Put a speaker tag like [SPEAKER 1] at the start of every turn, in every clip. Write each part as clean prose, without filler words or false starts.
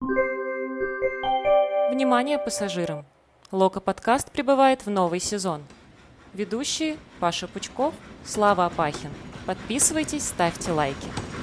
[SPEAKER 1] Внимание пассажирам! Лока-подкаст прибывает в новый сезон. Ведущие Паша Пучков, Слава Апахин. Подписывайтесь, ставьте лайки.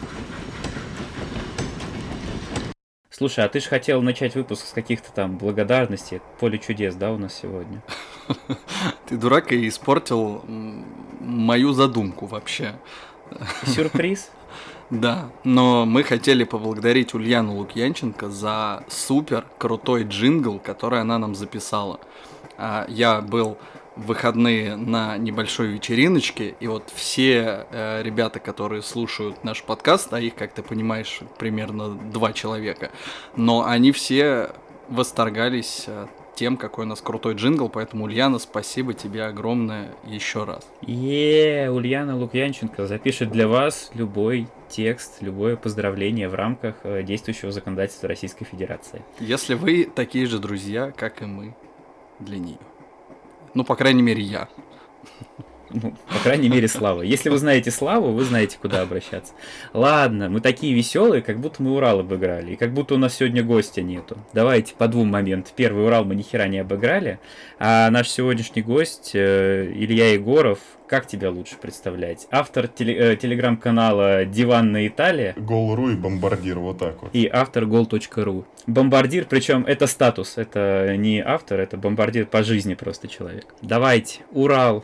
[SPEAKER 2] Слушай, а ты же хотел начать выпуск с каких-то там благодарностей. Поле чудес, да, у нас сегодня?
[SPEAKER 3] Ты дурак и испортил мою задумку вообще.
[SPEAKER 2] Сюрприз?
[SPEAKER 3] Да, но мы хотели поблагодарить Ульяну Лукьянченко за супер крутой джингл, который она нам записала. Я был в выходные на небольшой вечериночке, и вот все ребята, которые слушают наш подкаст, а их, как ты понимаешь, примерно 2 человека, но они все восторгались тем, какой у нас крутой джингл, поэтому, Ульяна, спасибо тебе огромное еще раз.
[SPEAKER 2] Ульяна Лукьянченко запишет для вас любой текст, любое поздравление в рамках действующего законодательства Российской Федерации.
[SPEAKER 3] Если вы такие же друзья, как и мы, для нее. Ну, по крайней мере, я.
[SPEAKER 2] Ну, по крайней мере, Слава. Если вы знаете Славу, вы знаете, куда обращаться. Ладно, мы такие веселые, как будто мы Урал обыграли, и как будто у нас сегодня гостя нету. Давайте по 2 моментам. Первый, Урал мы ни хера не обыграли, а наш сегодняшний гость Илья Егоров. Как тебя лучше представлять? Автор телеграм-канала «Диванная Италия».
[SPEAKER 4] Гол.ру и Бомбардир, вот так вот.
[SPEAKER 2] И автор gol.ru. Бомбардир, причем это статус, это не автор, это бомбардир по жизни просто человек. Давайте, Урал.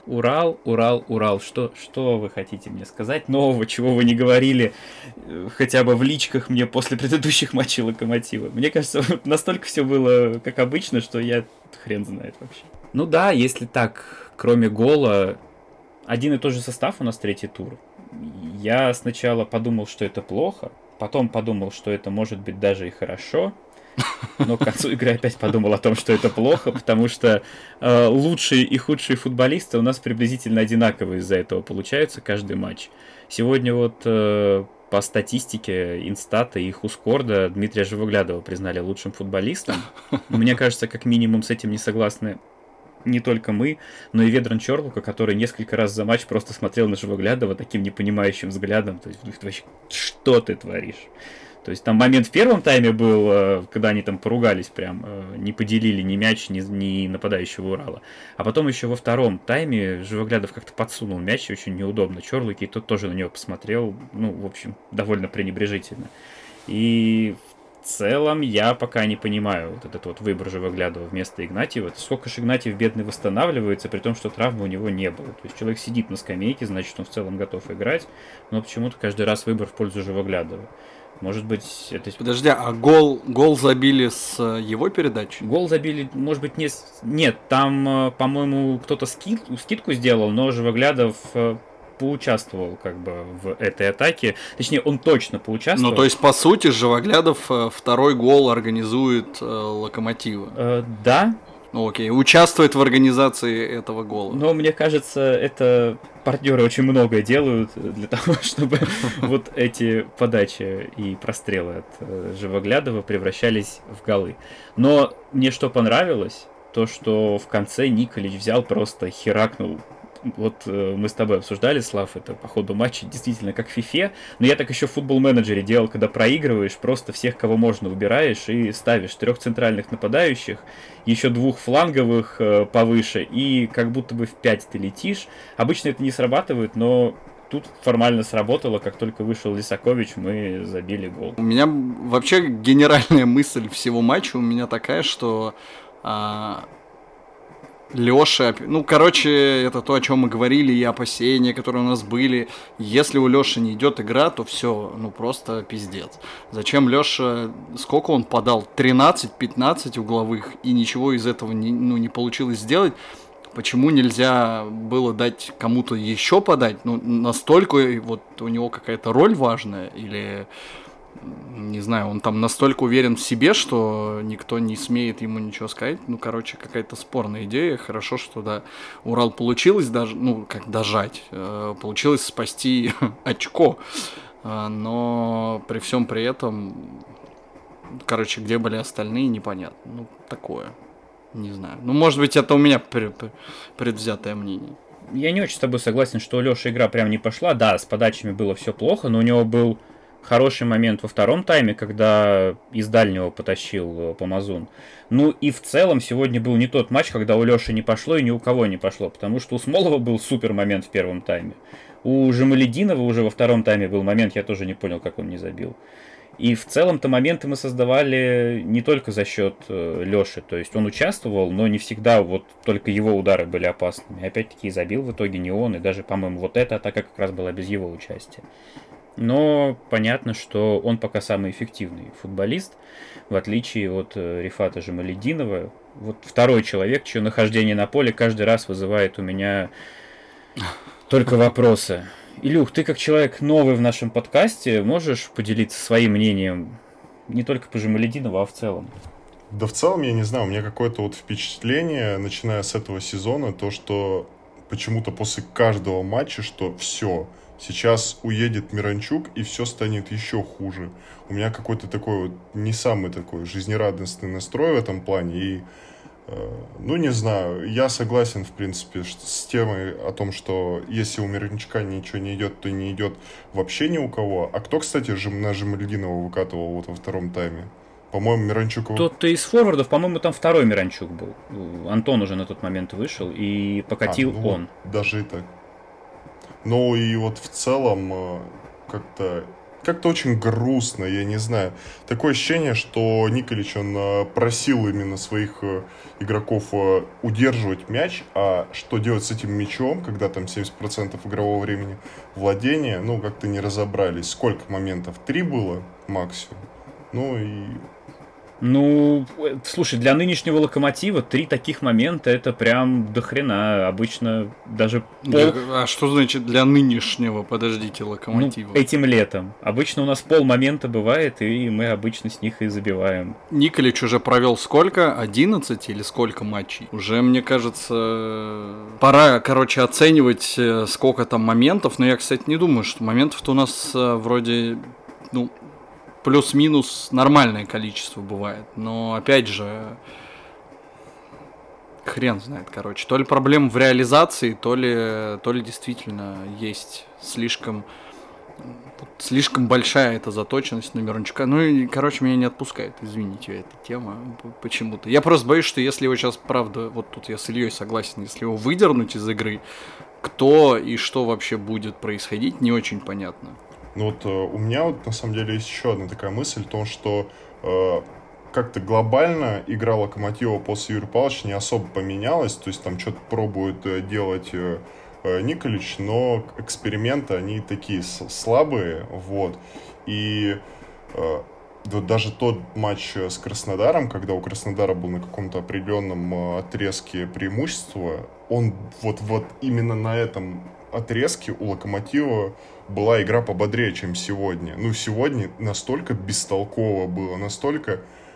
[SPEAKER 2] Что вы хотите мне сказать нового, чего вы не говорили хотя бы в личках мне после предыдущих матчей Локомотива? Мне кажется, настолько все было как обычно, что я хрен знает вообще. Ну да, если так, кроме гола, один и тот же состав у нас третий тур. Я сначала подумал, что это плохо, потом подумал, что это может быть даже и хорошо, но к концу игры опять подумал о том, что это плохо, потому что лучшие и худшие футболисты у нас приблизительно одинаковые из-за этого получаются каждый матч. Сегодня вот по статистике Инстата и Хускорда Дмитрия Живоглядова признали лучшим футболистом. Мне кажется, как минимум с этим не согласны не только мы, но и Ведран Чорлука, который несколько раз за матч просто смотрел на Живоглядова таким непонимающим взглядом. То есть, вообще, что ты творишь? То есть там момент в первом тайме был, когда они там поругались прям, не поделили ни мяч, ни нападающего Урала. А потом еще во втором тайме Живоглядов как-то подсунул мяч, очень неудобно Чорлуке, и тот тоже на него посмотрел, ну, в общем, довольно пренебрежительно. И в целом я пока не понимаю вот этот вот выбор Живоглядова вместо Игнатьева. Сколько ж Игнатьев бедный восстанавливается, при том, что травмы у него не было. То есть человек сидит на скамейке, значит, он в целом готов играть, но почему-то каждый раз выбор в пользу Живоглядова. Может быть, это...
[SPEAKER 3] Подожди, а гол забили с его передачи?
[SPEAKER 2] Гол забили, может быть, не... Нет, там, по-моему, кто-то скидку сделал, но Живоглядов поучаствовал как бы в этой атаке. Точнее, он точно поучаствовал.
[SPEAKER 3] Ну, то есть, по сути, Живоглядов второй гол организует Локомотива.
[SPEAKER 2] Да.
[SPEAKER 3] Окей, участвует в организации этого гола.
[SPEAKER 2] Но мне кажется, это партнеры очень многое делают для того, чтобы вот эти подачи и прострелы от Живоглядова превращались в голы. Но мне что понравилось, то что в конце Николич взял, просто херакнул. Вот мы с тобой обсуждали, Слав, это по ходу матча действительно как в фифе, но я так еще в футбол-менеджере делал, когда проигрываешь, просто всех, кого можно, убираешь и ставишь 3 центральных нападающих, еще 2 фланговых повыше, и как будто бы в 5 ты летишь. Обычно это не срабатывает, но тут формально сработало, как только вышел Лисакович, мы забили гол.
[SPEAKER 3] У меня вообще генеральная мысль всего матча у меня такая, что... Лёша, ну, короче, это то, о чем мы говорили, и опасения, которые у нас были. Если у Лёши не идет игра, то все, ну, просто пиздец. Зачем Лёша, сколько он подал? 13-15 угловых, и ничего из этого не получилось сделать. Почему нельзя было дать кому-то еще подать? Ну, настолько вот у него какая-то роль важная, или... Не знаю, он там настолько уверен в себе, что никто не смеет ему ничего сказать. Ну, короче, какая-то спорная идея. Хорошо, что, да, Урал получилось даже, ну, как дожать. Получилось спасти очко. Но при всем при этом, короче, где были остальные, непонятно. Ну, такое. Не знаю. Ну, может быть, это у меня предвзятое мнение.
[SPEAKER 2] Я не очень с тобой согласен, что у Лёши игра прям не пошла. Да, с подачами было все плохо, но у него был хороший момент во втором тайме, когда из дальнего потащил Помазун. Ну и в целом сегодня был не тот матч, когда у Леши не пошло и ни у кого не пошло, потому что у Смолова был супер момент в первом тайме. У Жамалединова уже во втором тайме был момент, я тоже не понял, как он не забил. И в целом-то моменты мы создавали не только за счет Леши, то есть он участвовал, но не всегда вот только его удары были опасными. Опять-таки забил в итоге не он, и даже, по-моему, вот эта атака как раз была без его участия. Но понятно, что он пока самый эффективный футболист, в отличие от Рифата Жамалединова. Вот второй человек, чье нахождение на поле каждый раз вызывает у меня только вопросы. Илюх, ты как человек новый в нашем подкасте, можешь поделиться своим мнением не только по Жамалединову, а в целом?
[SPEAKER 4] Да в целом, я не знаю, у меня какое-то вот впечатление, начиная с этого сезона, то, что почему-то после каждого матча, что все, сейчас уедет Миранчук, и все станет еще хуже. У меня какой-то такой вот не самый такой жизнерадостный настрой в этом плане, и ну, не знаю, я согласен, в принципе, с темой о том, что если у Миранчука ничего не идет, то не идет вообще ни у кого. А кто, кстати, на Жамалединова выкатывал вот во втором тайме? По-моему, Миранчук...
[SPEAKER 2] Кто-то из форвардов, по-моему, там второй Миранчук был. Антон уже на тот момент вышел, и покатил
[SPEAKER 4] ну,
[SPEAKER 2] он.
[SPEAKER 4] Даже и так. Ну, и вот в целом как-то очень грустно, я не знаю. Такое ощущение, что Николич, он просил именно своих игроков удерживать мяч, а что делать с этим мячом, когда там 70% игрового времени владения, ну, как-то не разобрались. Сколько моментов? 3 было максимум. Ну, и...
[SPEAKER 2] Ну, слушай, для нынешнего Локомотива 3 таких момента это прям дохрена. Обычно даже
[SPEAKER 3] А что значит для нынешнего, подождите, Локомотива?
[SPEAKER 2] Ну, этим летом. Обычно у нас полмомента бывает, и мы обычно с них и забиваем.
[SPEAKER 3] Николич уже провел сколько? 11 или сколько матчей? Уже, мне кажется, пора, оценивать, сколько там моментов. Но я, кстати, не думаю, что моментов-то у нас вроде, ну, плюс-минус нормальное количество бывает. Но, опять же, хрен знает, То ли проблема в реализации, то ли действительно есть слишком большая эта заточенность на Миранчука. Ну и, меня не отпускает, извините, эта тема почему-то. Я просто боюсь, что если его сейчас, правда, вот тут я с Ильей согласен, если его выдернуть из игры, кто и что вообще будет происходить, не очень понятно.
[SPEAKER 4] Ну вот у меня вот на самом деле есть еще одна такая мысль, в том, что как-то глобально игра Локомотива после Юрия Павловича не особо поменялась, то есть там что-то пробует делать Николич, но эксперименты, они такие слабые, вот, и вот даже тот матч с Краснодаром, когда у Краснодара был на каком-то определенном отрезке преимущества, он вот именно на этом отрезке у Локомотива была игра пободрее, чем сегодня. Ну, сегодня настолько бестолково было, настолько,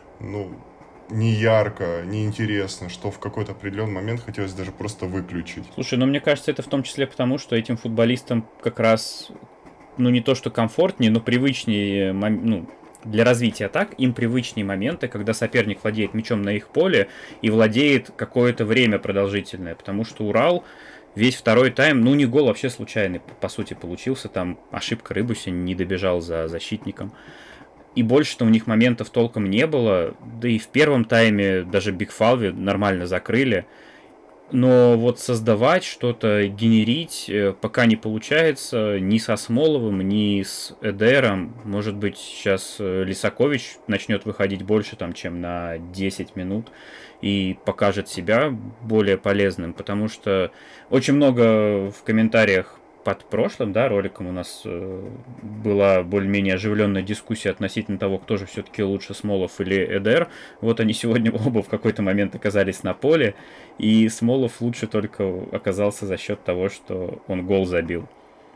[SPEAKER 4] не ярко, неинтересно, что в какой-то определенный момент хотелось даже просто выключить.
[SPEAKER 2] Слушай, мне кажется, это в том числе потому, что этим футболистам как раз, не то что комфортнее, но привычнее, для развития атак им привычнее моменты, когда соперник владеет мячом на их поле и владеет какое-то время продолжительное, потому что Урал весь второй тайм, не гол вообще случайный, по сути, получился. Там ошибка Рыбуся, не добежал за защитником. И больше-то у них моментов толком не было. Да и в первом тайме даже Бигфалви нормально закрыли. Но вот создавать что-то, генерить пока не получается ни со Смоловым, ни с Эдером. Может быть, сейчас Лисакович начнет выходить больше, чем на 10 минут и покажет себя более полезным, потому что очень много в комментариях под прошлым роликом у нас была более-менее оживленная дискуссия относительно того, кто же все-таки лучше, Смолов или Эдер. Вот они сегодня оба в какой-то момент оказались на поле, и Смолов лучше только оказался за счет того, что он гол забил.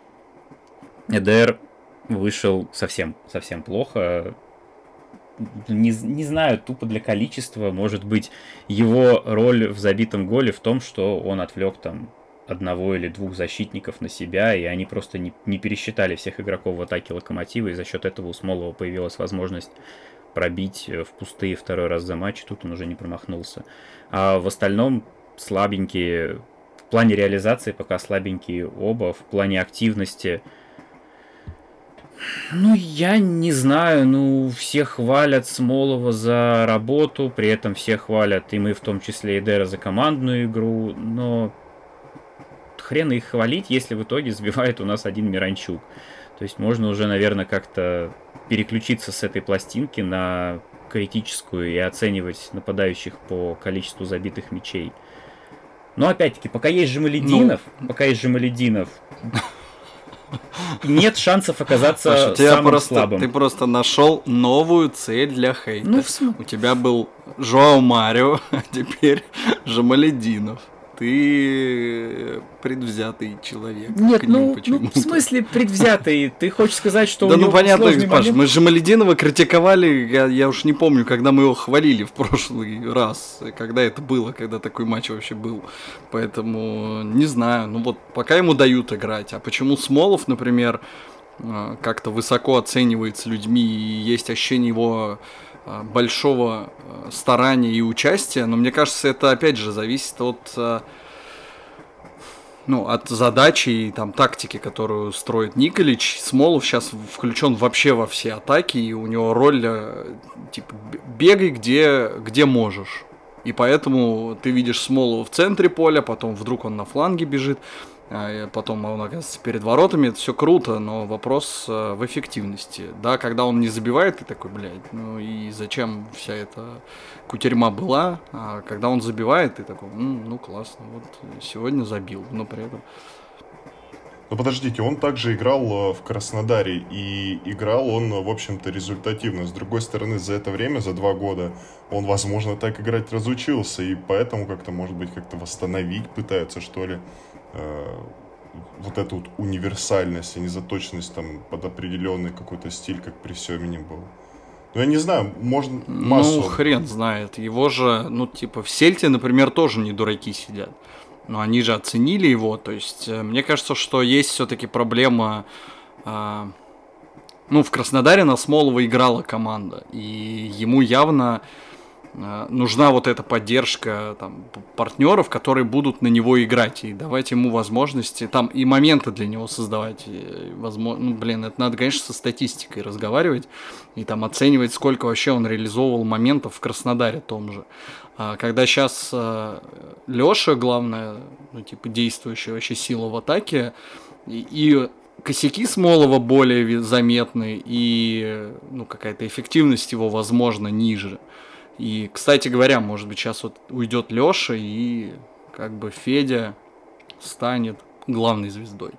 [SPEAKER 2] Эдер вышел совсем плохо. Не знаю, тупо для количества. Может быть, его роль в забитом голе в том, что он отвлек одного или двух защитников на себя, и они просто не пересчитали всех игроков в атаке Локомотива, и за счет этого у Смолова появилась возможность пробить в пустые второй раз за матч, тут он уже не промахнулся. А в остальном слабенькие, в плане реализации пока слабенькие оба, в плане активности Ну, я не знаю, все хвалят Смолова за работу, при этом все хвалят, и мы в том числе и Дэра за командную игру, но хрен их хвалить, если в итоге сбивает у нас один Миранчук. То есть можно уже, наверное, как-то переключиться с этой пластинки на критическую и оценивать нападающих по количеству забитых мячей. Но опять-таки, пока есть Жамалединов, нет шансов оказаться самым слабым.
[SPEAKER 3] Ты просто нашел новую цель для хейта. У тебя был Жоао Марио, а теперь Жамалединов. Ты предвзятый человек.
[SPEAKER 2] Нет, в смысле предвзятый? Ты хочешь сказать, что
[SPEAKER 3] да,
[SPEAKER 2] у него
[SPEAKER 3] понятно,
[SPEAKER 2] сложный
[SPEAKER 3] Паш,
[SPEAKER 2] момент?
[SPEAKER 3] мы Жамалединова критиковали, я уж не помню, когда мы его хвалили в прошлый раз, когда это было, когда такой матч вообще был. Поэтому не знаю, пока ему дают играть. А почему Смолов, например, как-то высоко оценивается людьми и есть ощущение его большого старания и участия, но мне кажется, это опять же зависит от задачи и там тактики, которую строит Николич. Смолов сейчас включен вообще во все атаки, и у него роль типа бегай где можешь. И поэтому ты видишь Смолова в центре поля, потом вдруг он на фланге бежит, потом он оказывается перед воротами. Это все круто, но вопрос в эффективности. Да, когда он не забивает, ты такой, и зачем вся эта кутерьма была? А когда он забивает, ты такой, классно, сегодня забил, но при этом...
[SPEAKER 4] Ну подождите, он также играл в Краснодаре, и играл он, в общем-то, результативно. С другой стороны, за это время, за 2 года, он, возможно, так играть разучился, и поэтому как-то, может быть, как-то восстановить пытается, что ли, вот эту вот универсальность, а не заточенность там под определенный какой-то стиль, как при Семене был. Ну, я не знаю, можно массу...
[SPEAKER 3] хрен знает. Его же, в Сельте, например, тоже не дураки сидят. Но они же оценили его, то есть мне кажется, что есть все-таки проблема. В Краснодаре на Смолова играла команда, и ему явно нужна вот эта поддержка партнеров, которые будут на него играть и давать ему возможности, и моменты для него создавать. Это надо, конечно, со статистикой разговаривать и оценивать, сколько вообще он реализовывал моментов в Краснодаре том же. Когда сейчас Леша, главная, действующая вообще сила в атаке, и косяки Смолова более заметны, и какая-то эффективность его, возможно, ниже. И, кстати говоря, может быть, сейчас уйдет Леша, и Федя станет главной звездой.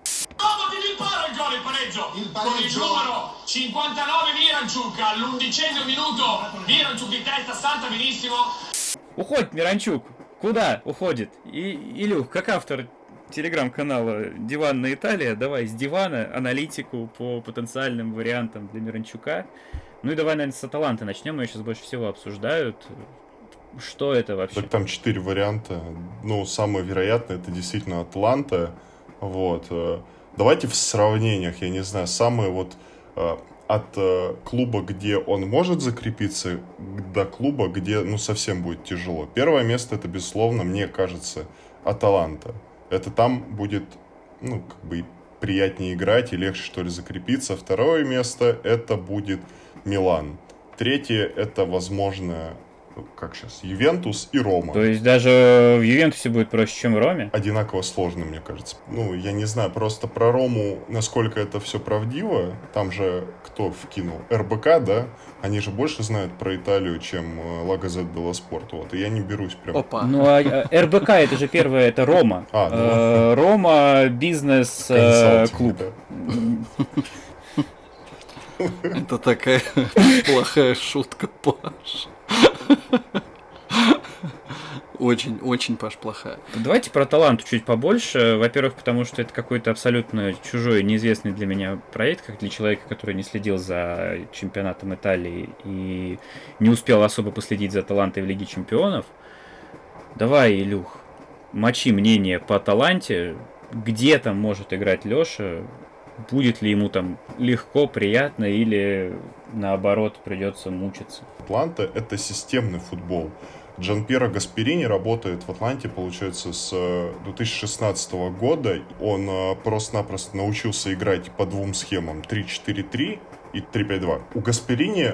[SPEAKER 5] Il pareggio con il numero 59 Миранчук all'11° minuto. Миранчук in testa, Санта benissimo.
[SPEAKER 2] Уходит Миранчук. Куда уходит? Илюх, как автор телеграм-канала «Диванная Италия», давай с дивана аналитику по потенциальным вариантам для Миранчука. Ну и давай, наверное, с Аталанты начнем. Ее сейчас больше всего обсуждают. Что это вообще?
[SPEAKER 4] Так там 4 варианта. Самое вероятное, это действительно Атланта. Давайте в сравнениях, я не знаю, самые от клуба, где он может закрепиться, до клуба, где, совсем будет тяжело. Первое место, это, безусловно, мне кажется, Аталанта. Это там будет, приятнее играть и легче, что ли, закрепиться. Второе место, это будет Милан. Третье, это, возможно, Ювентус и Рома.
[SPEAKER 2] То есть даже в Ювентусе будет проще, чем в Роме?
[SPEAKER 4] Одинаково сложно, мне кажется. Я не знаю, просто про Рому, насколько это все правдиво. Там же кто вкинул? РБК, да? Они же больше знают про Италию, чем Ла Газета делlo Спорт. И я не берусь прям.
[SPEAKER 3] Опа.
[SPEAKER 2] РБК это же первое, это Рома. Рома бизнес-клуб.
[SPEAKER 3] Это такая плохая шутка, Паш. Очень, очень, Паш, плохая.
[SPEAKER 2] Давайте про Аталанту чуть побольше. Во-первых, потому что это какой-то абсолютно чужой, неизвестный для меня проект, как для человека, который не следил за чемпионатом Италии и не успел особо последить за Аталантой в Лиге Чемпионов. Давай, Илюх, мочи мнение по Аталанте. Где там может играть Леша? Будет ли ему там легко, приятно, или наоборот, придется мучиться.
[SPEAKER 4] Атланта — это системный футбол. Джанпьеро Гасперини работает в Атланте, получается, с 2016 года. Он просто-напросто научился играть по двум схемам: 3-4-3 и 3-5-2. У Гасперини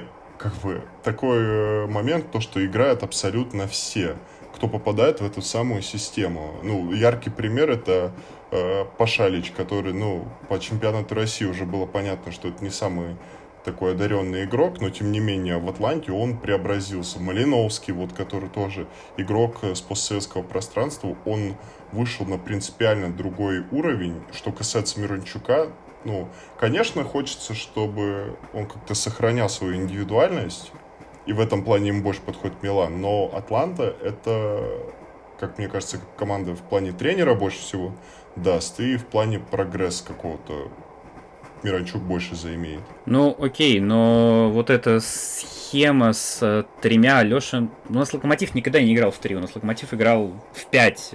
[SPEAKER 4] такой момент, то, что играют абсолютно все, кто попадает в эту самую систему. Яркий пример — это Пашалич, который, по чемпионату России уже было понятно, что это не самый такой одаренный игрок, но тем не менее в Атланте он преобразился. Малиновский, который тоже игрок с постсоветского пространства, он вышел на принципиально другой уровень. Что касается Миранчука, конечно, хочется, чтобы он как-то сохранял свою индивидуальность, и в этом плане ему больше подходит Милан, но Атланта — это, как мне кажется, команда в плане тренера больше всего даст, и в плане прогресса какого-то Миранчук больше заимеет.
[SPEAKER 2] Окей, но вот эта схема с тремя, Леша... У нас Локомотив никогда не играл в 3, у нас Локомотив играл в 5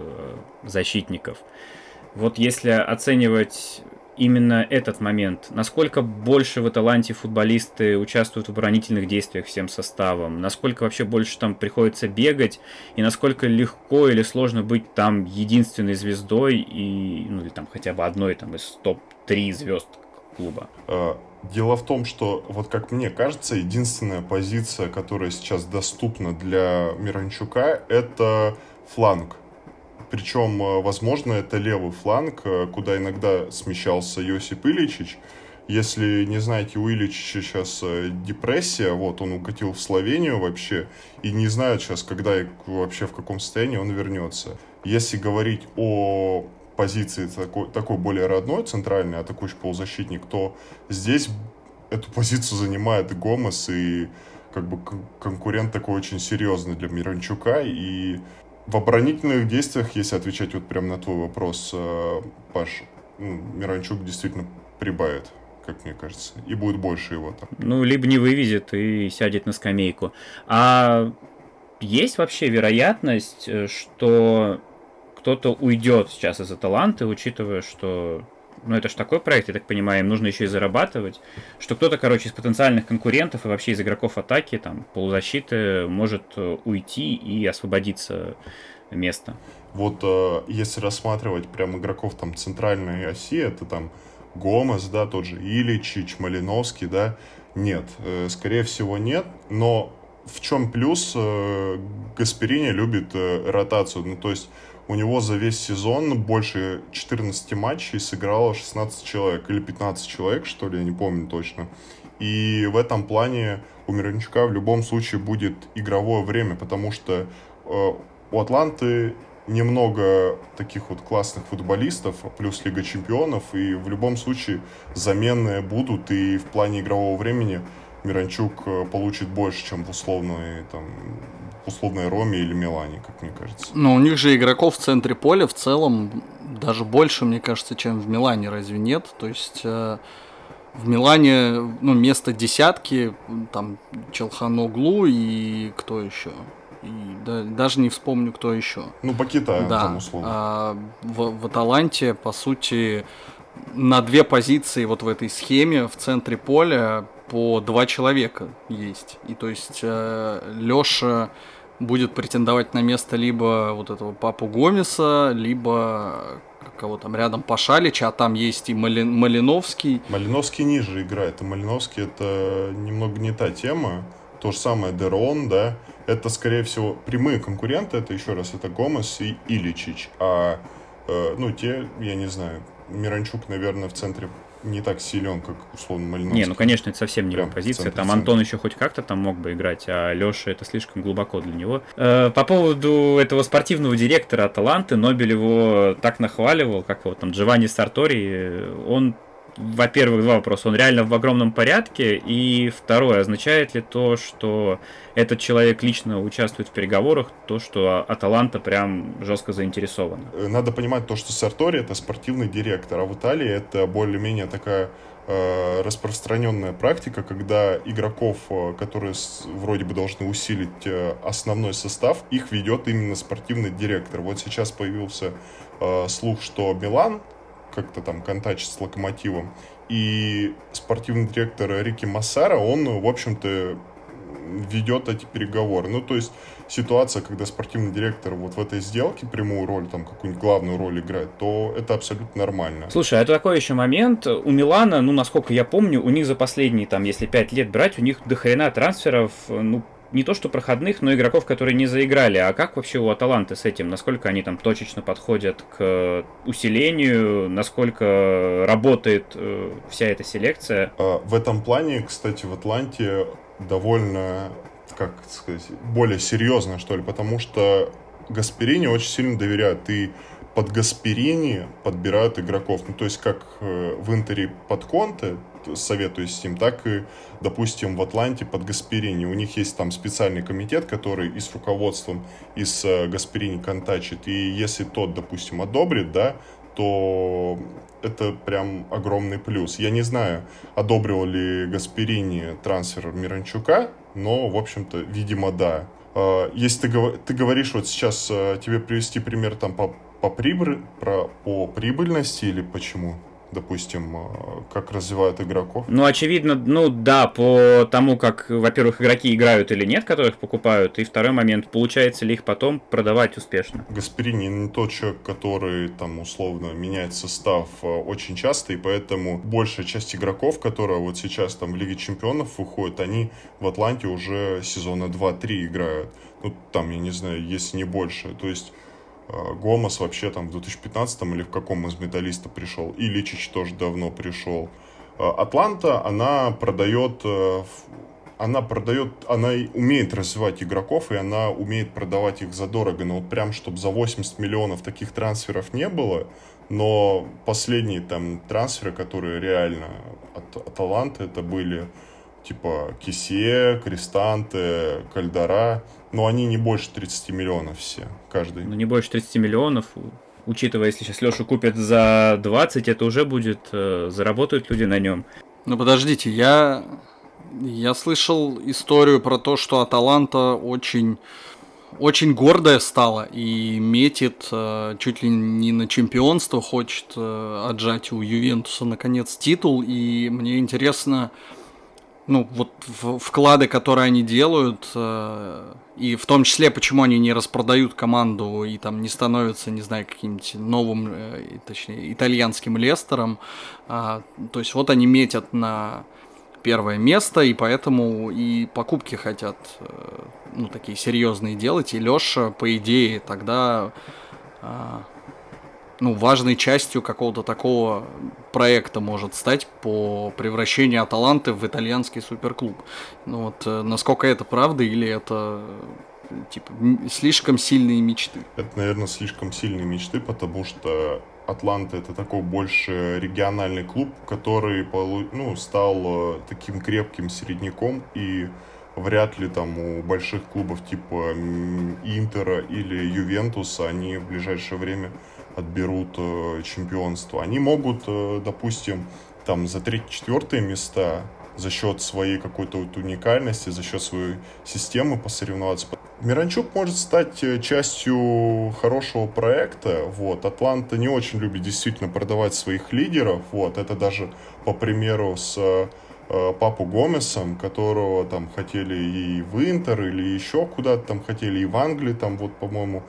[SPEAKER 2] защитников. Вот если оценивать именно этот момент, насколько больше в Аталанте футболисты участвуют в оборонительных действиях всем составом, насколько вообще больше там приходится бегать, и насколько легко или сложно быть там единственной звездой, или там хотя бы одной из топ-3 звезд клуба?
[SPEAKER 4] Дело в том, что, как мне кажется, единственная позиция, которая сейчас доступна для Миранчука, это фланг. Причем, возможно, это левый фланг, куда иногда смещался Йосип Иличич. Если не знаете, у Иличича сейчас депрессия, он укатил в Словению вообще, и не знают сейчас, когда и вообще в каком состоянии он вернется. Если говорить о позиции такой более родной, центральный атакующий полузащитник, то здесь эту позицию занимает Гомес, и конкурент такой очень серьезный для Миранчука. И в оборонительных действиях, если отвечать прямо на твой вопрос, Паш, Миранчук действительно прибавит, как мне кажется, и будет больше его там.
[SPEAKER 2] Либо не вывезет и сядет на скамейку. А есть вообще вероятность, что кто-то уйдет сейчас из Аталанты, учитывая, что это же такой проект, я так понимаю, им нужно еще и зарабатывать, что кто-то, из потенциальных конкурентов и вообще из игроков атаки, полузащиты, может уйти и освободиться место.
[SPEAKER 4] Если рассматривать прям игроков центральной оси, это Гомес, тот же Иличич, Малиновский, нет, скорее всего нет, но в чем плюс? Гасперини любит ротацию, то есть у него за весь сезон больше 14 матчей сыграло 16 человек, или 15 человек, что ли, я не помню точно. И в этом плане у Миранчука в любом случае будет игровое время, потому что у Атланты немного таких классных футболистов, плюс Лига Чемпионов, и в любом случае заменные будут, и в плане игрового времени Миранчук получит больше, чем в условной Роме или Милане, как мне кажется.
[SPEAKER 3] Но у них же игроков в центре поля в целом даже больше, мне кажется, чем в Милане, разве нет? То есть в Милане место десятки, Челханоглу и кто еще? И даже не вспомню, кто еще.
[SPEAKER 4] Пакета, условно.
[SPEAKER 3] В Аталанте, по сути, на две позиции в этой схеме в центре поля по 2 человека есть. И то есть Леша будет претендовать на место либо этого Папу Гомеса, либо кого там рядом Пашалича, а там есть и Малиновский.
[SPEAKER 4] Малиновский ниже играет, и Малиновский — это немного не та тема. То же самое Дерон, это, скорее всего, прямые конкуренты, это еще раз, это Гомес и Иличич. А, я не знаю, Миранчук, наверное, в центре не так силен, как, условно, Малиновский.
[SPEAKER 2] Не, конечно, это совсем не его позиция. Там Антон еще хоть как-то там мог бы играть, а Леша это слишком глубоко для него. По поводу этого спортивного директора Аталанты, Нобель его так нахваливал, как Джованни Сартори. Он, во-первых, 2 вопроса. Он реально в огромном порядке? И второе, означает ли то, что этот человек лично участвует в переговорах, то, что Аталанта прям жестко заинтересована?
[SPEAKER 4] Надо понимать то, что Сартори — это спортивный директор, а в Италии это более-менее такая распространенная практика, когда игроков, которые вроде бы должны усилить основной состав, их ведет именно спортивный директор. Сейчас появился слух, что Милан как-то контачит с Локомотивом, и спортивный директор Рики Массара, он, в общем-то, ведет эти переговоры. Ну, то есть ситуация, когда спортивный директор вот в этой сделке прямую роль, там, какую-нибудь главную роль играет, то это абсолютно нормально.
[SPEAKER 2] Слушай, это такой еще момент. У Милана, ну, насколько я помню, у них за последние, там, если 5 лет брать, у них дохрена трансферов, ну, не то что проходных, но игроков, которые не заиграли. А как вообще у Аталанты с этим? Насколько они там точечно подходят к усилению? Насколько работает вся эта селекция?
[SPEAKER 4] В этом плане, кстати, в Атланте довольно, как сказать, более серьезно, что ли, потому что Гасперини очень сильно доверяют, и под Гасперини подбирают игроков. Ну, то есть, как в Интере под Конте, советуюсь с ним, так и, допустим, в Атланте под Гасперини. У них есть там специальный комитет, который и с руководством, и с Гасперини контачит. И если тот, допустим, одобрит, да, то это прям огромный плюс. Я не знаю, одобрил ли Гасперини трансфер Миранчука, но, в общем-то, видимо, да. Если ты говоришь, вот сейчас тебе привести пример там по прибыльности или почему? Допустим, как развивают игроков?
[SPEAKER 2] Ну, очевидно, ну да, по тому, как, во-первых, игроки играют или нет, которых покупают, и второй момент, получается ли их потом продавать успешно.
[SPEAKER 4] Гасперини не тот человек, который там условно меняет состав очень часто, и поэтому большая часть игроков, которые вот сейчас там в Лиге Чемпионов выходят, они в Атланте уже сезона 2-3 играют. Ну, там, я не знаю, если не больше. То есть Гомес вообще там в 2015 или в каком из Металлиста пришел, и Личич тоже давно пришел. Атланта, она умеет развивать игроков, и она умеет продавать их задорого, но вот прям, чтобы за 80 миллионов таких трансферов не было, но последние там трансферы, которые реально от Атланты, это были типа Кисье, Кристанте, Кальдара, но они не больше 30 миллионов все, каждый.
[SPEAKER 2] Ну, не больше 30 миллионов, учитывая, если сейчас Лешу купят за 20, это уже будет, заработают люди на нем.
[SPEAKER 3] Ну, подождите, я слышал историю про то, что Аталанта очень гордая стала и метит чуть ли не на чемпионство, хочет отжать у Ювентуса наконец титул, и мне интересно, ну, вот вклады, которые они делают, и в том числе, почему они не распродают команду и там не становятся, не знаю, каким-нибудь новым, точнее, итальянским Лестером. То есть вот они метят на первое место, и поэтому и покупки хотят, ну, такие серьезные делать. И Леша, по идее, тогда ну, важной частью какого-то такого проекта может стать по превращению Аталанты в итальянский суперклуб. Ну вот, насколько это правда или это типа слишком сильные мечты?
[SPEAKER 4] Это, наверное, слишком сильные мечты, потому что Атланта — это такой больше региональный клуб, который стал таким крепким середняком, и вряд ли там у больших клубов типа Интера или Ювентуса они в ближайшее время отберут чемпионство. Они могут, допустим, там за 3-4 места за счет своей какой-то вот уникальности, за счет своей системы посоревноваться. Миранчук может стать частью хорошего проекта. Вот. Атланта не очень любит действительно продавать своих лидеров. Вот. Это даже по примеру с Папу Гомесом, которого там хотели и в Интер, или еще куда-то там хотели, и в Англии, там вот, по-моему,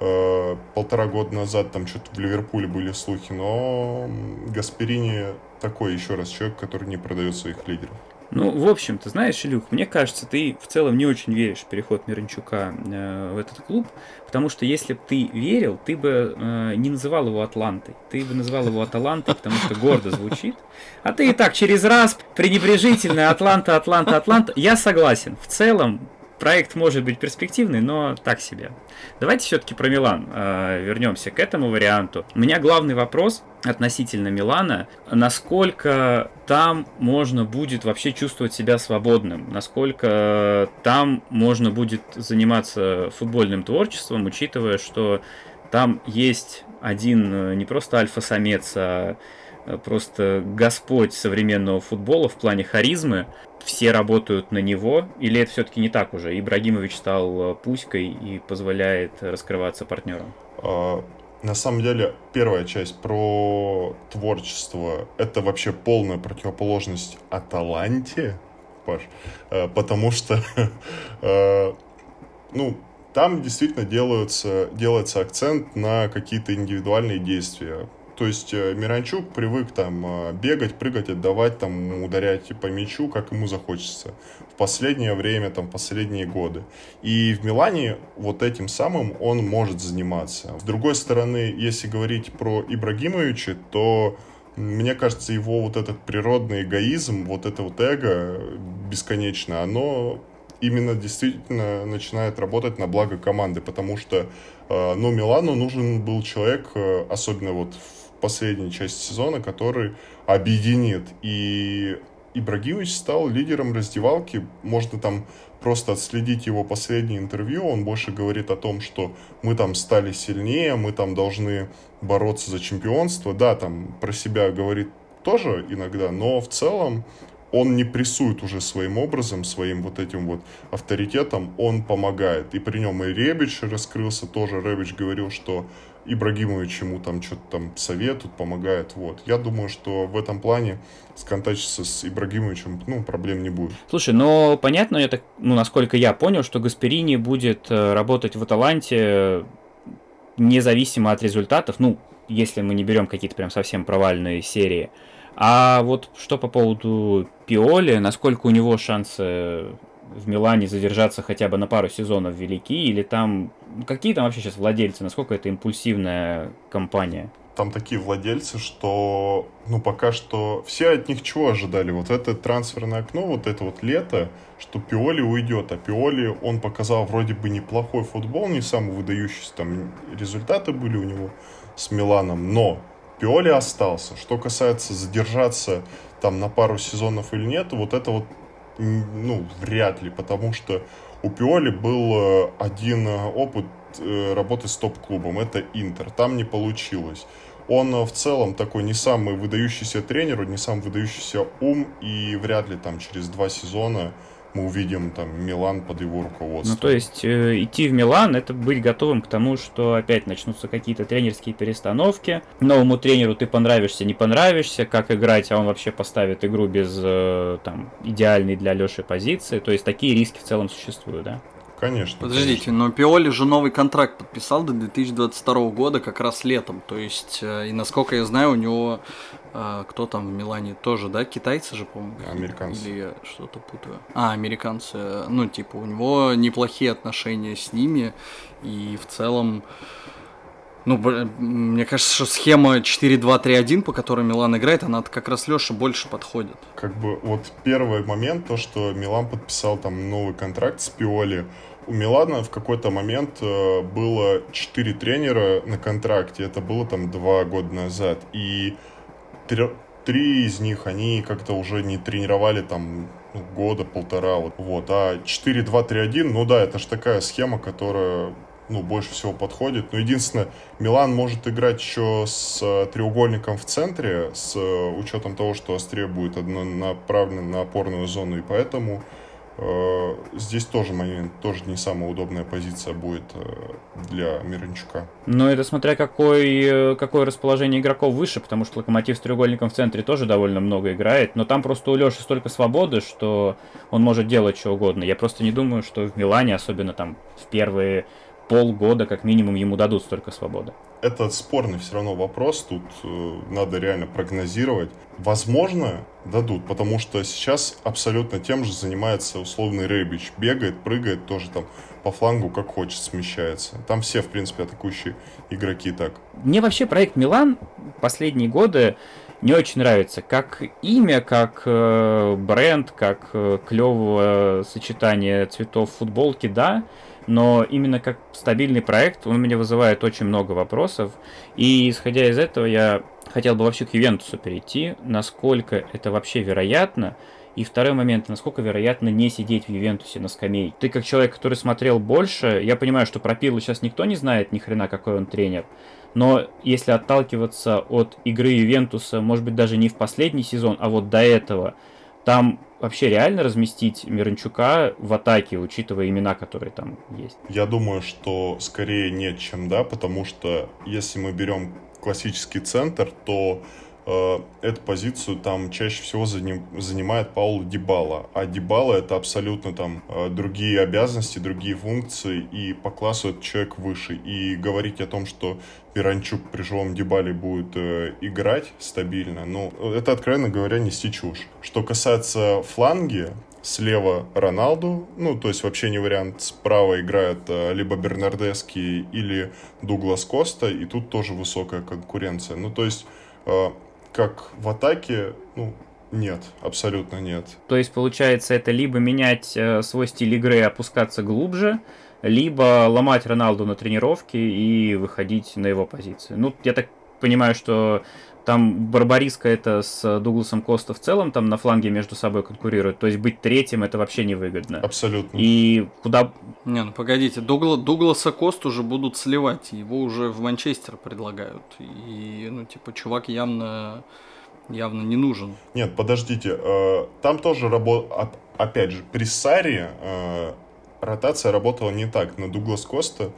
[SPEAKER 4] 1,5 года назад там что-то в Ливерпуле были слухи, но Гасперини такой, еще раз, человек, который не продает своих лидеров.
[SPEAKER 2] Ну, в общем, ты знаешь, Илюх, мне кажется, ты в целом не очень веришь в переход Миранчука в этот клуб, потому что если бы ты верил, ты бы не называл его Атлантой, ты бы называл его Аталантой, потому что гордо звучит, а ты и так через раз пренебрежительно Атланта. Я согласен, в целом проект может быть перспективный, но так себе. Давайте все-таки про Милан вернемся к этому варианту. У меня главный вопрос относительно Милана, насколько там можно будет вообще чувствовать себя свободным, насколько там можно будет заниматься футбольным творчеством, учитывая, что там есть один не просто альфа-самец, а просто господь современного футбола в плане харизмы. Все работают на него, или это все-таки не так уже? Ибрагимович стал пуськой и позволяет раскрываться партнерам?
[SPEAKER 4] На самом деле, первая часть про творчество — это вообще полная противоположность Аталанте, Паш, потому что, ну, там действительно делается акцент на какие-то индивидуальные действия. То есть Миранчук привык там бегать, прыгать, отдавать, там ударять по мячу, как ему захочется. В последнее время, там, в последние годы. И в Милане вот этим самым он может заниматься. С другой стороны, если говорить про Ибрагимовича, то мне кажется, его вот этот природный эгоизм, вот это вот эго бесконечное, оно именно действительно начинает работать на благо команды, потому что, ну, Милану нужен был человек, особенно вот в последней части сезона, который объединит. И Ибрагимович стал лидером раздевалки. Можно там просто отследить его последнее интервью. Он больше говорит о том, что мы там стали сильнее, мы там должны бороться за чемпионство. Да, там про себя говорит тоже иногда, но в целом он не прессует уже своим образом, своим вот этим вот авторитетом, он помогает. И при нем и Ребич раскрылся тоже. Ребич говорил, что Ибрагимович ему там что-то там советует, помогает. Вот. Я думаю, что в этом плане сконтачиться с Ибрагимовичем, ну, проблем не будет.
[SPEAKER 2] Слушай, но понятно, я так, ну, насколько я понял, что Гасперини будет работать в Аталанте независимо от результатов, ну, если мы не берем какие-то прям совсем провальные серии. А вот что по поводу Пиоли, насколько у него шансы в Милане задержаться хотя бы на пару сезонов велики, или там какие там вообще сейчас владельцы, насколько это импульсивная компания?
[SPEAKER 4] Там такие владельцы, что, ну, пока что все от них чего ожидали? Вот это трансферное окно, вот это вот лето, что Пиоли уйдет. А Пиоли, он показал вроде бы неплохой футбол, не самый выдающийся, там результаты были у него с Миланом, но Пиоли остался. Что касается задержаться там на пару сезонов или нет, вот это вот, ну, вряд ли, потому что у Пиоли был один опыт работы с топ-клубом, это Интер, там не получилось. Он в целом такой не самый выдающийся тренер, не самый выдающийся ум, и вряд ли там через 2 сезона мы увидим там Милан под его руководством.
[SPEAKER 2] Ну, то есть идти в Милан — это быть готовым к тому, что опять начнутся какие-то тренерские перестановки. Новому тренеру ты понравишься, не понравишься, как играть, а он вообще поставит игру без там идеальной для Леши позиции. То есть такие риски в целом существуют, да?
[SPEAKER 4] Конечно.
[SPEAKER 3] Подождите,
[SPEAKER 4] конечно.
[SPEAKER 3] но Пиоли же новый контракт подписал до 2022 года, как раз летом. То есть, и насколько я знаю, у него кто там в Милане тоже, да, китайцы же, по-моему?
[SPEAKER 4] Американцы.
[SPEAKER 3] Или я что-то путаю. Американцы. Ну, типа, у него неплохие отношения с ними, и в целом, ну, мне кажется, что схема 4-2-3-1, по которой Милан играет, она как раз Лёше больше подходит.
[SPEAKER 4] Как бы вот первый момент, то, что Милан подписал там новый контракт с Пиоли. У Милана в какой-то момент было 4 тренера на контракте, это было там 2 года назад, и 3 из них они как-то уже не тренировали там года, полтора, вот. А 4-2-3-1, ну да, это же такая схема, которая, ну, больше всего подходит. Но единственное, Милан может играть еще с треугольником в центре, с учетом того, что острее будет направлено на опорную зону, и поэтому здесь тоже момент, тоже не самая удобная позиция будет для Миранчука.
[SPEAKER 2] Но это смотря какое расположение игроков выше, потому что Локомотив с треугольником в центре тоже довольно много играет, но там просто у Леши столько свободы, что он может делать что угодно. Я просто не думаю, что в Милане, особенно там в первые полгода, как минимум, ему дадут столько свободы.
[SPEAKER 4] Это спорный все равно вопрос, тут надо реально прогнозировать. Возможно, дадут, потому что сейчас абсолютно тем же занимается условный Ребич. Бегает, прыгает, тоже там по флангу как хочет смещается. Там все, в принципе, атакующие игроки так.
[SPEAKER 2] Мне вообще проект Милан последние годы не очень нравится. Как имя, как бренд, как клевое сочетание цветов футболки, да. Но именно как стабильный проект он у меня вызывает очень много вопросов. И исходя из этого я хотел бы вообще к Ювентусу перейти. Насколько это вообще вероятно? И второй момент, насколько вероятно не сидеть в Ювентусе на скамейке. Ты как человек, который смотрел больше, я понимаю, что про Пирло сейчас никто не знает ни хрена, какой он тренер. Но если отталкиваться от игры Ювентуса, может быть, даже не в последний сезон, а вот до этого, Там вообще реально разместить Миранчука в атаке, учитывая имена, которые там есть?
[SPEAKER 4] Я думаю, что скорее нет, чем да, потому что если мы берем классический центр, то эту позицию там чаще всего занимает Пауло Дибала. А Дибала это абсолютно там другие обязанности, другие функции, и по классу этот человек выше. И говорить о том, что Миранчук при живом Дибале будет играть стабильно, ну, это, откровенно говоря, нести чушь. Что касается фланги, слева Роналду, ну, то есть вообще не вариант. Справа играют либо Бернардески или Дуглас Коста, и тут тоже высокая конкуренция. Ну, то есть как в атаке, ну, нет, абсолютно нет.
[SPEAKER 2] То есть, получается, это либо менять свой стиль игры и опускаться глубже, либо ломать Роналду на тренировке и выходить на его позицию. Ну, я так понимаю, что там Барбариска это с Дугласом Коста в целом там на фланге между собой конкурируют. То есть быть третьим это вообще невыгодно.
[SPEAKER 4] Абсолютно.
[SPEAKER 2] И куда...
[SPEAKER 3] Не, ну погодите, Дугласа Косту уже будут сливать, его уже в Манчестер предлагают. И, ну, типа, чувак явно не нужен.
[SPEAKER 4] Нет, подождите, там тоже опять же, при Сарри ротация работала не так. Но Дуглас Коста,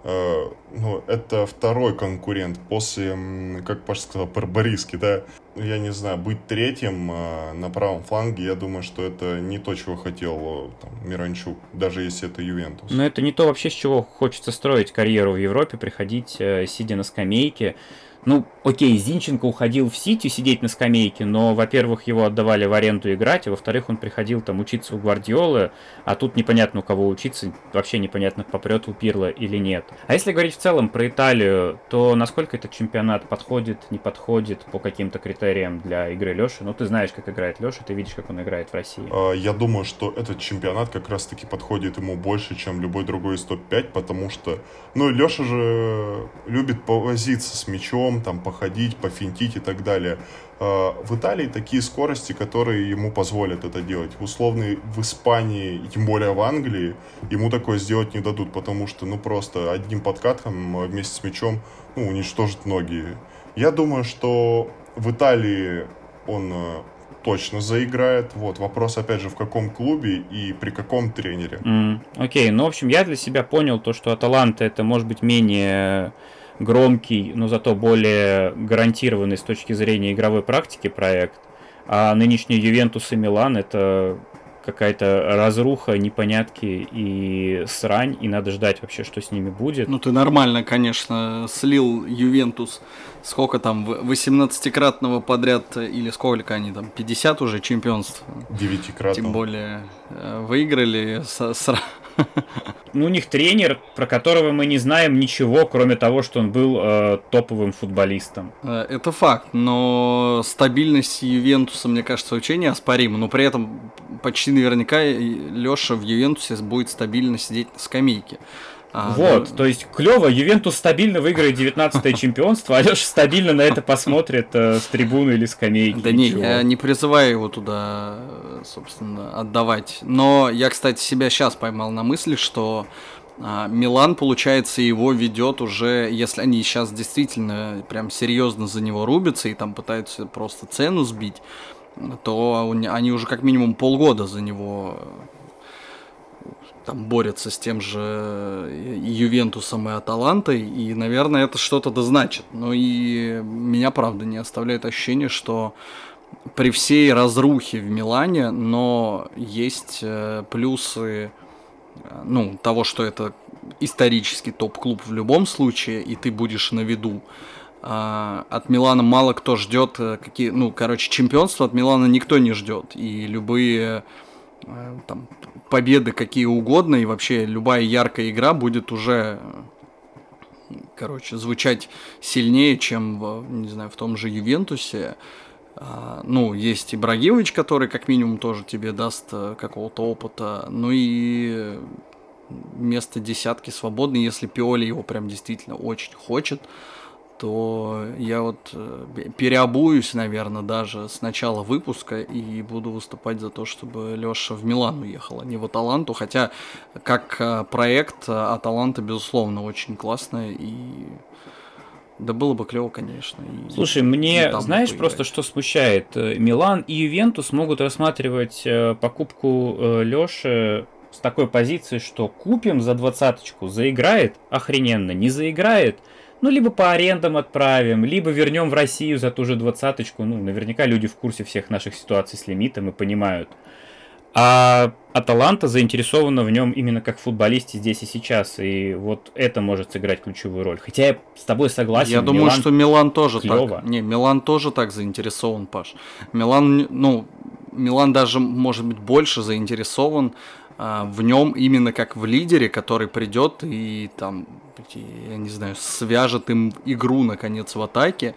[SPEAKER 4] ну, это второй конкурент после, как Паша сказал, Барбариски, да. Я не знаю, быть третьим на правом фланге, я думаю, что это не то, чего хотел там, Миранчук, даже если это Ювентус.
[SPEAKER 2] Но это не то вообще, с чего хочется строить карьеру в Европе, приходить, сидя на скамейке. Ну, окей, Зинченко уходил в Сити сидеть на скамейке, но, во-первых, его отдавали в аренду играть, а во-вторых, он приходил там учиться у Гвардиолы, а тут непонятно, у кого учиться, вообще непонятно, попрет у Пирло или нет. А если говорить в целом про Италию, то насколько этот чемпионат подходит, не подходит по каким-то критериям для игры Лёши? Ну, ты знаешь, как играет Лёша, ты видишь, как он играет в России.
[SPEAKER 4] Я думаю, что этот чемпионат как раз-таки подходит ему больше, чем любой другой из топ-5, потому что, ну, Лёша же любит повозиться с мячом, там, походить, пофинтить и так далее. В Италии такие скорости, которые ему позволят это делать. Условно, в Испании, и тем более в Англии, ему такое сделать не дадут, потому что, ну, просто одним подкатом вместе с мячом, ну, уничтожит ноги. Я думаю, что в Италии он точно заиграет. Вот, вопрос, опять же, в каком клубе и при каком тренере.
[SPEAKER 2] Окей, ну, в общем, я для себя понял то, что Аталанта это может быть менее громкий, но зато более гарантированный с точки зрения игровой практики проект, а нынешний Ювентус и Милан это какая-то разруха, непонятки и срань, и надо ждать вообще, что с ними будет.
[SPEAKER 3] Ну, ты нормально, конечно, слил Ювентус, сколько там, 18-кратного подряд, или сколько они там, 50 уже чемпионств?
[SPEAKER 4] 9-кратного.
[SPEAKER 3] Тем более выиграли
[SPEAKER 2] Ну, у них тренер, про которого мы не знаем ничего, кроме того, что он был топовым футболистом.
[SPEAKER 3] Это факт, но стабильность Ювентуса, мне кажется, очень неоспорима. Но при этом почти наверняка Леша в Ювентусе будет стабильно сидеть на скамейке.
[SPEAKER 2] Вот, да. То есть клево, Ювентус стабильно выиграет 19-е чемпионство, а Леша стабильно на это посмотрит с трибуны или скамейки.
[SPEAKER 3] Да не, я не призываю его туда, собственно, отдавать. Но я, кстати, себя сейчас поймал на мысли, что Милан, получается, его ведет уже, если они сейчас действительно прям серьезно за него рубятся и там пытаются просто цену сбить, то они уже как минимум полгода за него там борются с тем же Ювентусом и Аталантой, и, наверное, это что-то да значит. Но и меня, правда, не оставляет ощущение, что при всей разрухе в Милане, но есть плюсы, ну, того, что это исторический топ-клуб в любом случае, и ты будешь на виду. От Милана мало кто ждет чемпионства от Милана никто не ждет, и любые там победы какие угодно, и вообще любая яркая игра будет уже, звучать сильнее, чем, не знаю, в том же Ювентусе. Ну, есть Ибрагимович, который как минимум тоже тебе даст какого-то опыта, ну и место десятки свободно, если Пиоли его прям действительно очень хочет, то я вот переобуюсь, наверное, даже с начала выпуска и буду выступать за то, чтобы Леша в Милан уехал, а не в Аталанту. Хотя, как проект, Аталанта, безусловно, очень классная и Да было бы клево, конечно.
[SPEAKER 2] Слушай, мне, знаешь, просто что смущает? Милан и Ювентус могут рассматривать покупку Лёши с такой позиции, что купим за 20-очку, заиграет охрененно, не заиграет, ну, либо по арендам отправим, либо вернем в Россию за ту же 20-очку. Ну, наверняка люди в курсе всех наших ситуаций с лимитом и понимают. А Аталанта заинтересована в нем именно как футболисте здесь и сейчас. И вот это может сыграть ключевую роль. Хотя я с тобой согласен.
[SPEAKER 3] Я думаю, что Милан тоже
[SPEAKER 2] клёво.
[SPEAKER 3] так. Не, Милан тоже так заинтересован, Паш. Милан даже, может быть, больше заинтересован в нем именно как в лидере, который придет и там, я не знаю, свяжет им игру, наконец, в атаке.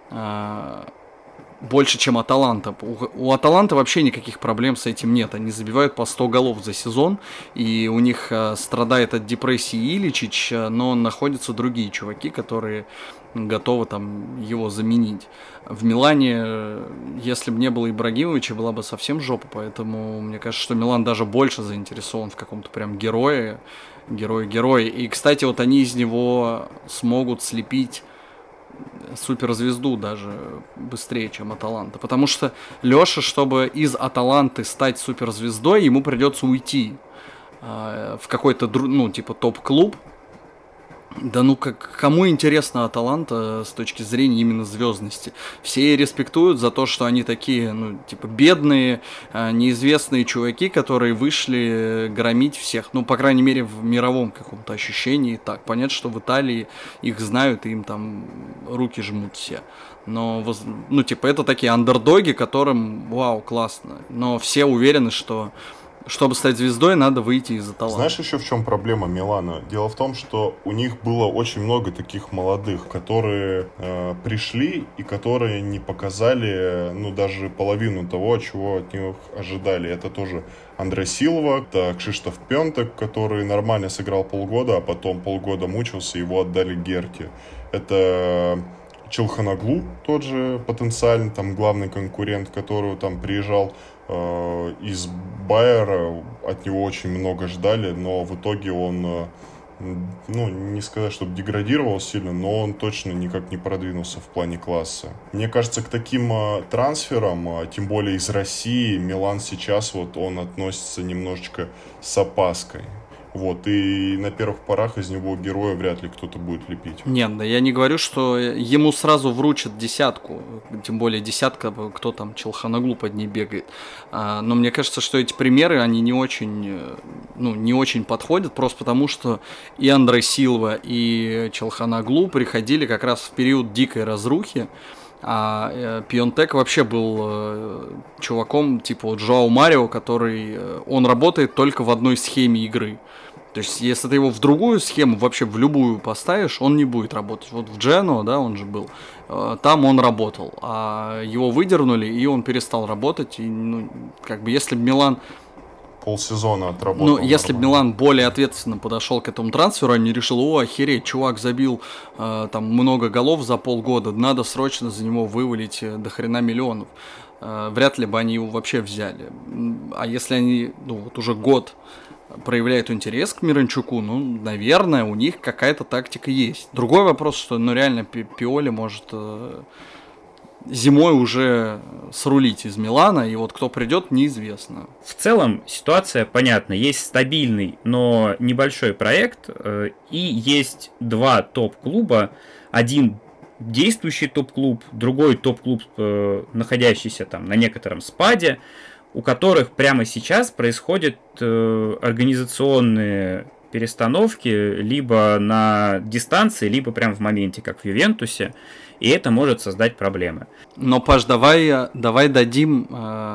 [SPEAKER 3] Больше, чем Аталанта. У Аталанта вообще никаких проблем с этим нет. Они забивают по 100 голов за сезон, и у них страдает от депрессии Иличич, но находятся другие чуваки, которые готовы там его заменить. В Милане, если бы не было Ибрагимовича, была бы совсем жопа, поэтому мне кажется, что Милан даже больше заинтересован в каком-то прям герое. И, кстати, вот они из него смогут слепить суперзвезду даже быстрее, чем Аталанта. Потому что Лёша, чтобы из Аталанты стать суперзвездой, ему придется уйти в какой-то, типа топ-клуб. Да кому интересно Аталанта с точки зрения именно звездности? Все респектуют за то, что они такие, бедные, неизвестные чуваки, которые вышли громить всех. По крайней мере, в мировом каком-то ощущении так. Понятно, что в Италии их знают, и им там руки жмут все. Но, это такие андердоги, которым, вау, классно. Но все уверены, что чтобы стать звездой, надо выйти из Аталанты.
[SPEAKER 4] Знаешь, еще в чем проблема Милана? Дело в том, что у них было очень много таких молодых, которые пришли и которые не показали, даже половину того, чего от них ожидали. Это тоже Андре Силва, это Кшиштоф Пентек, который нормально сыграл полгода, а потом полгода мучился, его отдали Герте. Это Челханоглу, тот же потенциальный там главный конкурент, который там приезжал из Байера, от него очень много ждали, но в итоге он, не сказать, чтобы деградировал сильно, но он точно никак не продвинулся в плане класса. Мне кажется, к таким трансферам, тем более из России, Милан сейчас он относится немножечко с опаской. И на первых порах из него героя вряд ли кто-то будет лепить.
[SPEAKER 3] Нет, да я не говорю, что ему сразу вручат десятку. Тем более десятка, кто там Челханоглу под ней бегает. Но мне кажется, что эти примеры, они не очень подходят. Просто потому, что и Андре Силва, и Челханоглу приходили как раз в период дикой разрухи. А Пионтек вообще был чуваком типа Жоау Марио, который он работает только в одной схеме игры. То есть, если ты его в другую схему, вообще в любую поставишь, он не будет работать. Вот в Дженоа, да, он же был, там он работал, а его выдернули, и он перестал работать. И, если бы Милан...
[SPEAKER 4] Полсезона отработал.
[SPEAKER 3] Если бы Милан более ответственно подошел к этому трансферу, они решили, охереть, чувак забил там много голов за полгода, надо срочно за него вывалить до хрена миллионов. Вряд ли бы они его вообще взяли. А если они уже год проявляют интерес к Миранчуку, наверное, у них какая-то тактика есть. Другой вопрос, что реально Пиоли может зимой уже срулить из Милана, и кто придет, неизвестно.
[SPEAKER 2] В целом ситуация понятна. Есть стабильный, но небольшой проект, и есть два топ-клуба. Один действующий топ-клуб, другой топ-клуб, находящийся там на некотором спаде, у которых прямо сейчас происходят организационные перестановки либо на дистанции, либо прямо в моменте, как в Ювентусе, и это может создать проблемы.
[SPEAKER 3] Но, Паш, давай дадим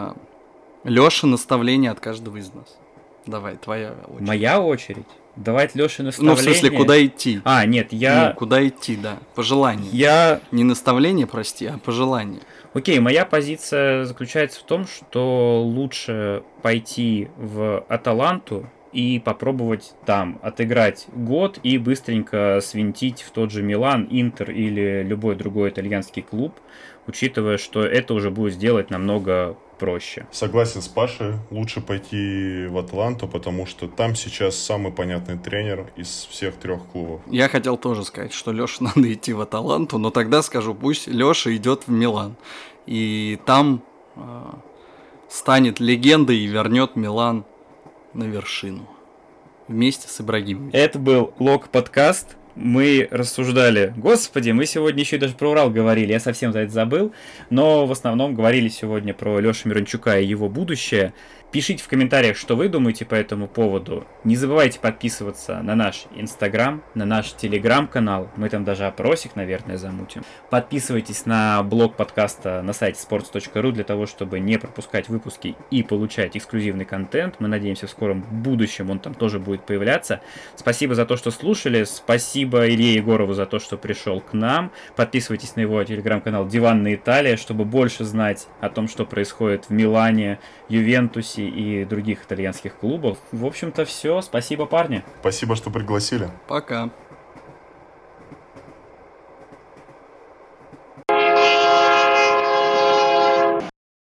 [SPEAKER 3] Лёше наставление от каждого из нас. Давай, твоя очередь.
[SPEAKER 2] Моя очередь? Давать Лёше наставление?
[SPEAKER 3] В смысле, куда идти?
[SPEAKER 2] Нет, я...
[SPEAKER 3] куда идти, да. Пожелание. Не наставление, прости, а пожелание.
[SPEAKER 2] Окей, моя позиция заключается в том, что лучше пойти в Аталанту и попробовать там отыграть год и быстренько свинтить в тот же Милан, Интер или любой другой итальянский клуб, учитывая, что это уже будет сделать намного проще.
[SPEAKER 4] Согласен с Пашей, лучше пойти в Атланту, потому что там сейчас самый понятный тренер из всех 3 клубов.
[SPEAKER 3] Я хотел тоже сказать, что Лёше надо идти в Аталанту, но тогда скажу, пусть Лёша идет в Милан. И там станет легендой и вернет Милан на вершину. Вместе с Ибрагимовичем.
[SPEAKER 2] Это был Лок-подкаст. Мы рассуждали. Господи, мы сегодня еще и даже про Урал говорили. Я совсем за это забыл. Но в основном говорили сегодня про Лешу Миранчука и его будущее. Пишите в комментариях, что вы думаете по этому поводу. Не забывайте подписываться на наш Инстаграм, на наш Телеграм-канал. Мы там даже опросик, наверное, замутим. Подписывайтесь на блог подкаста на сайте sports.ru для того, чтобы не пропускать выпуски и получать эксклюзивный контент. Мы надеемся, в скором будущем он там тоже будет появляться. Спасибо за то, что слушали. Спасибо Илье Егорову за то, что пришел к нам. Подписывайтесь на его Телеграм-канал «Диванная Италия», чтобы больше знать о том, что происходит в Милане, Ювентусе и других итальянских клубах. В общем-то, все. Спасибо, парни.
[SPEAKER 4] Спасибо, что пригласили.
[SPEAKER 3] Пока.